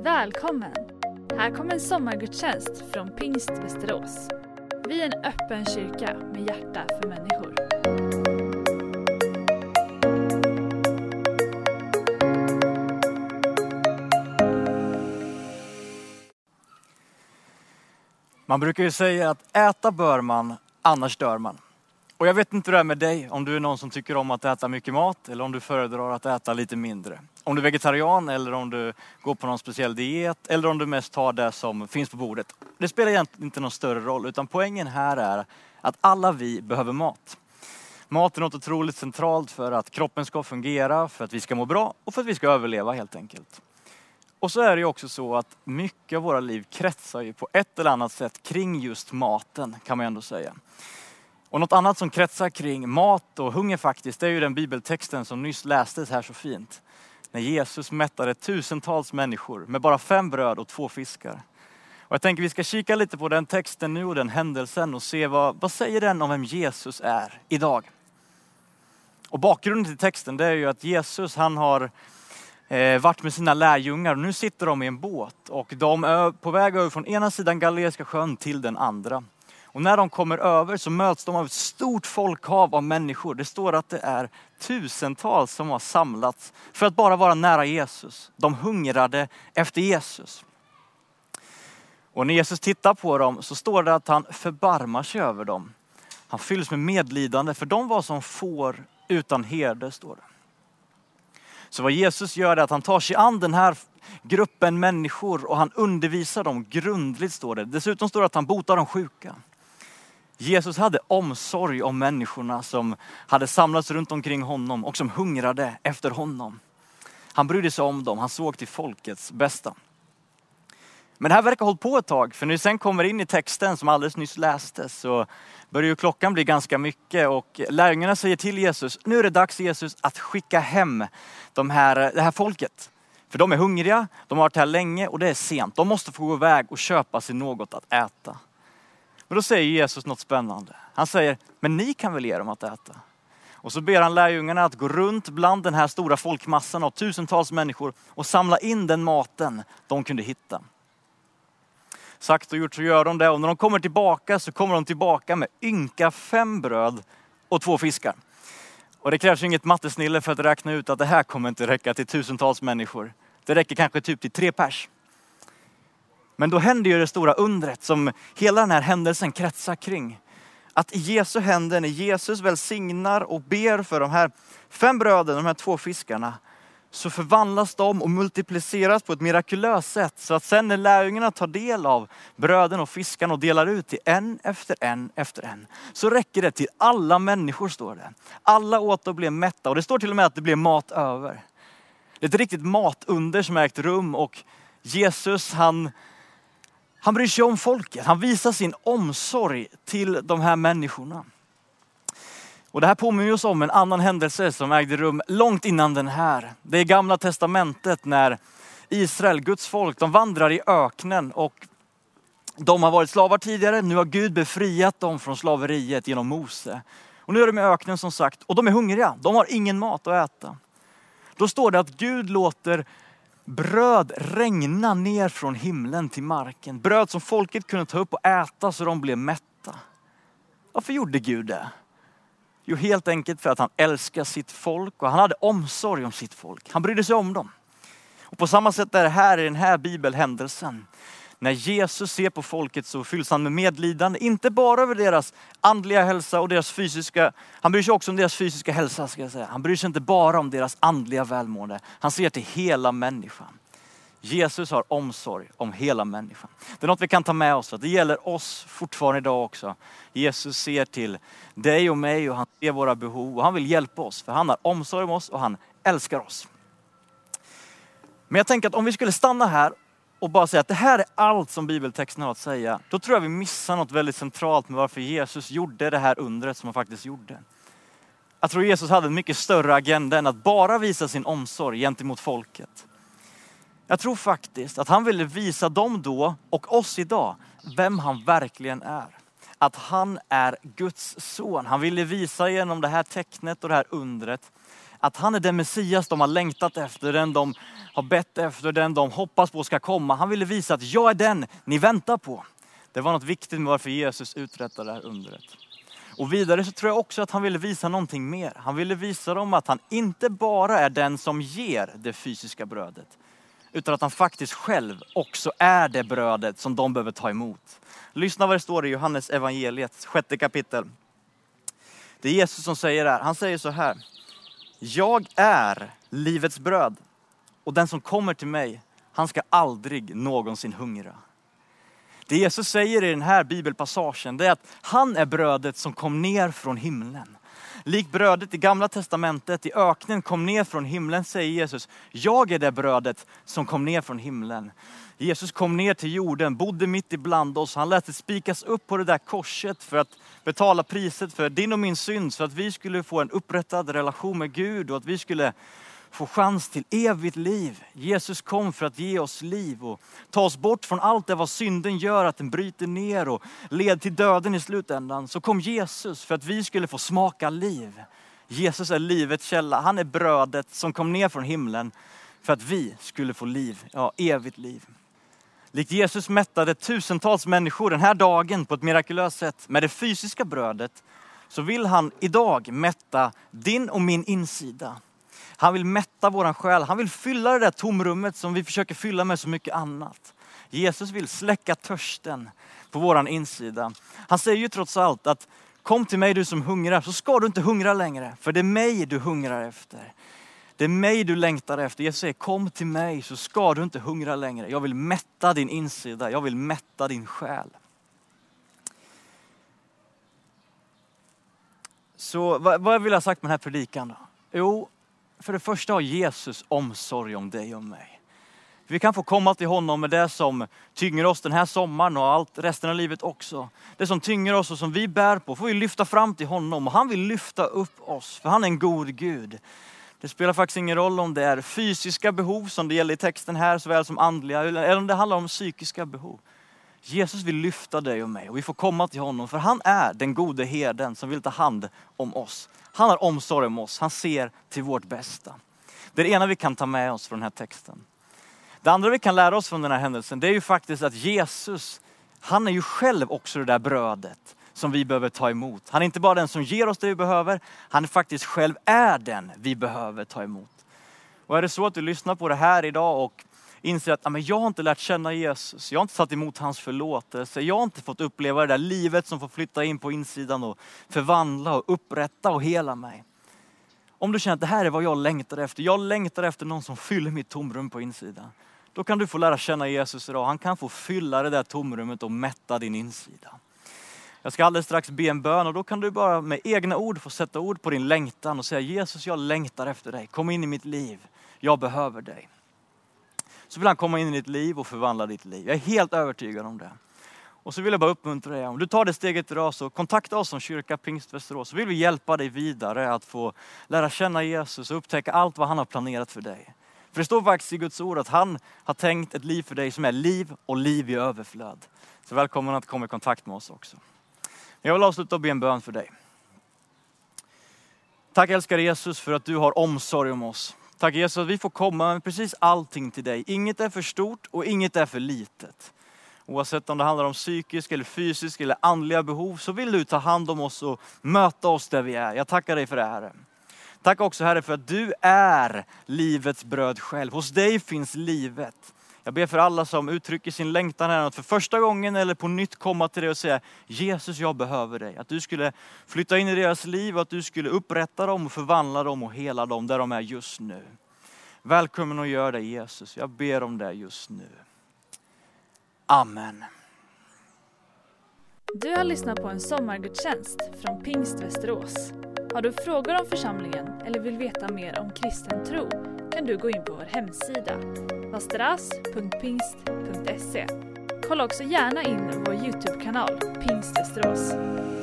Välkommen! Här kommer en sommargudstjänst från Pingst Västerås. Vi är en öppen kyrka med hjärta för människor. Man brukar ju säga att äta bör man, annars dör man. Och jag vet inte hur det är med dig, om du är någon som tycker om att äta mycket mat eller om du föredrar att äta lite mindre. Om du är vegetarian eller om du går på någon speciell diet eller om du mest tar det som finns på bordet. Det spelar egentligen inte någon större roll, utan poängen här är att alla vi behöver mat. Mat är något otroligt centralt för att kroppen ska fungera, för att vi ska må bra och för att vi ska överleva helt enkelt. Och så är det ju också så att mycket av våra liv kretsar ju på ett eller annat sätt kring just maten, kan man ändå säga. Och något annat som kretsar kring mat och hunger faktiskt, det är ju den bibeltexten som nyss lästes här så fint. När Jesus mättade tusentals människor med bara 5 bröd och 2 fiskar. Och jag tänker vi ska kika lite på den texten nu och den händelsen och se vad säger den om vem Jesus är idag. Och bakgrunden till texten, det är ju att Jesus, han har varit med sina lärjungar och nu sitter de i en båt och de är på väg över från ena sidan Galileiska sjön till den andra. Och när de kommer över så möts de av ett stort folkhav av människor. Det står att det är tusentals som har samlats för att bara vara nära Jesus. De hungrade efter Jesus. Och när Jesus tittar på dem så står det att han förbarmar sig över dem. Han fylls med medlidande för de var som får utan herde, står det. Så vad Jesus gör är att han tar sig an den här gruppen människor och han undervisar dem grundligt, står det. Dessutom står det att han botar de sjuka. Jesus hade omsorg om människorna som hade samlats runt omkring honom och som hungrade efter honom. Han brydde sig om dem, han såg till folkets bästa. Men det här verkar ha hållit på ett tag, för när vi sen kommer in i texten som alldeles nyss lästes så börjar ju klockan bli ganska mycket och lärjungarna säger till Jesus, nu är det dags Jesus att skicka hem det här folket. För de är hungriga, de har varit här länge och det är sent. De måste få gå iväg och köpa sig något att äta. Men då säger Jesus något spännande. Han säger, men ni kan väl ge dem att äta. Och så ber han lärjungarna att gå runt bland den här stora folkmassan av tusentals människor och samla in den maten de kunde hitta. Sagt och gjort så gör de det och när de kommer tillbaka så kommer de tillbaka med ynka 5 bröd och 2 fiskar. Och det krävs ju inget mattesnille för att räkna ut att det här kommer inte räcka till tusentals människor. Det räcker kanske typ till 3 pers. Men då händer ju det stora undret som hela den här händelsen kretsar kring. Att i Jesu händer, när Jesus välsignar och ber för de här 5 bröden, de här 2 fiskarna, så förvandlas de och multipliceras på ett mirakulöst sätt. Så att sen när lärjungarna tar del av bröden och fiskarna och delar ut till en efter en, så räcker det till alla människor, står det. Alla åt och blev mätta och det står till och med att det blev mat över. Det är ett riktigt matunder som har ägt rum och Jesus han bryr sig om folket. Han visar sin omsorg till de här människorna. Och det här påminner oss om en annan händelse som ägde rum långt innan den här. Det är Gamla testamentet när Israel, Guds folk, de vandrar i öknen och de har varit slavar tidigare. Nu har Gud befriat dem från slaveriet genom Mose. Och nu är de i öknen som sagt och de är hungriga. De har ingen mat att äta. Då står det att Gud låter bröd regna ner från himlen till marken. Bröd som folket kunde ta upp och äta så de blev mätta. Varför gjorde Gud det? Jo, helt enkelt för att han älskar sitt folk och han hade omsorg om sitt folk. Han brydde sig om dem. Och på samma sätt är det här i den här bibelhändelsen. När Jesus ser på folket så fylls han med medlidande. Inte bara över deras andliga hälsa och deras fysiska. Han bryr sig också om deras fysiska hälsa, ska jag säga. Han bryr sig inte bara om deras andliga välmående. Han ser till hela människan. Jesus har omsorg om hela människan. Det är något vi kan ta med oss. Att det gäller oss fortfarande idag också. Jesus ser till dig och mig och han ser våra behov. Och han vill hjälpa oss. För han har omsorg om oss och han älskar oss. Men jag tänker att om vi skulle stanna här och bara säga att det här är allt som bibeltexten har att säga. Då tror jag vi missar något väldigt centralt med varför Jesus gjorde det här undret som han faktiskt gjorde. Jag tror Jesus hade en mycket större agenda än att bara visa sin omsorg gentemot folket. Jag tror faktiskt att han ville visa dem då och oss idag vem han verkligen är. Att han är Guds son. Han ville visa genom det här tecknet och det här undret att han är den Messias de har längtat efter, den de har bett efter, den de hoppas på ska komma. Han ville visa att jag är den ni väntar på. Det var något viktigt med varför Jesus uträttade det här undret. Och vidare så tror jag också att han ville visa någonting mer. Han ville visa dem att han inte bara är den som ger det fysiska brödet, utan att han faktiskt själv också är det brödet som de behöver ta emot. Lyssna vad det står i Johannes evangeliet, 6:e kapitel. Det är Jesus som säger det här. Han säger så här: jag är livets bröd, och den som kommer till mig, han ska aldrig någonsin hungra. Det Jesus säger i den här bibelpassagen, det är att han är brödet som kom ner från himlen. Likt brödet i Gamla testamentet i öknen kom ner från himlen, säger Jesus: jag är det brödet som kom ner från himlen. Jesus kom ner till jorden, bodde mitt ibland oss. Han lät det spikas upp på det där korset för att betala priset för din och min synd, så att vi skulle få en upprättad relation med Gud och att vi skulle få chans till evigt liv. Jesus kom för att ge oss liv och ta oss bort från allt det vad synden gör, att den bryter ner och leder till döden i slutändan. Så kom Jesus för att vi skulle få smaka liv. Jesus är livets källa. Han är brödet som kom ner från himlen för att vi skulle få liv, ja, evigt liv. Likt Jesus mättade tusentals människor den här dagen på ett mirakulöst sätt med det fysiska brödet, så vill han idag mätta din och min insida. Han vill mätta våran själ. Han vill fylla det där tomrummet som vi försöker fylla med så mycket annat. Jesus vill släcka törsten på våran insida. Han säger ju trots allt att kom till mig du som hungrar, så ska du inte hungra längre. För det är mig du hungrar efter. Det är mig du längtar efter. Jesus säger kom till mig så ska du inte hungra längre. Jag vill mätta din insida. Jag vill mätta din själ. Så vad vill jag ha sagt med den här predikan då? Jo, för det första har Jesus omsorg om dig och mig. Vi kan få komma till honom med det som tynger oss den här sommaren och allt resten av livet också. Det som tynger oss och som vi bär på får vi lyfta fram till honom. Och han vill lyfta upp oss, för han är en god Gud. Det spelar faktiskt ingen roll om det är fysiska behov som det gäller i texten här, såväl som andliga, eller om det handlar om psykiska behov. Jesus vill lyfta dig och mig och vi får komma till honom, för han är den gode herden som vill ta hand om oss. Han har omsorg om oss, han ser till vårt bästa. Det är det ena vi kan ta med oss från den här texten. Det andra vi kan lära oss från den här händelsen, det är ju faktiskt att Jesus, han är ju själv också det där brödet som vi behöver ta emot. Han är inte bara den som ger oss det vi behöver, han faktiskt själv är den vi behöver ta emot. Och är det så att du lyssnar på det här idag och inser att jag har inte lärt känna Jesus, jag har inte satt emot hans förlåtelse, jag har inte fått uppleva det där livet som får flytta in på insidan och förvandla och upprätta och hela mig. Om du känner att det här är vad jag längtar efter någon som fyller mitt tomrum på insidan. Då kan du få lära känna Jesus idag. Han kan få fylla det där tomrummet och mätta din insida. Jag ska alldeles strax be en bön och då kan du bara med egna ord få sätta ord på din längtan och säga: Jesus, jag längtar efter dig. Kom in i mitt liv. Jag behöver dig. Så vill han komma in i ditt liv och förvandla ditt liv. Jag är helt övertygad om det. Och så vill jag bara uppmuntra dig. Om du tar det steget idag, så kontakta oss som kyrka Pingst Västerås. Så vill vi hjälpa dig vidare att få lära känna Jesus och upptäcka allt vad han har planerat för dig. För det står faktiskt i Guds ord att han har tänkt ett liv för dig som är liv och liv i överflöd. Så välkommen att komma i kontakt med oss också. Jag vill avsluta och be en bön för dig. Tack älskar Jesus för att du har omsorg om oss. Tack Jesus att vi får komma med precis allting till dig. Inget är för stort och inget är för litet. Oavsett om det handlar om psykisk eller fysisk eller andliga behov, så vill du ta hand om oss och möta oss där vi är. Jag tackar dig för det, Herre. Tack också, Herre, för att du är livets bröd själv. Hos dig finns livet. Jag ber för alla som uttrycker sin längtan här att för första gången eller på nytt komma till dig och säga: Jesus, jag behöver dig. Att du skulle flytta in i deras liv och att du skulle upprätta dem och förvandla dem och hela dem där de är just nu. Välkommen och gör det, Jesus. Jag ber om det just nu. Amen. Du har lyssnat på en sommargudstjänst från Pingst Västerås. Har du frågor om församlingen eller vill veta mer om kristen tro, kan du gå in på vår hemsida vasteras.pingst.se. Kolla också gärna in vår YouTube-kanal Pingst Västerås.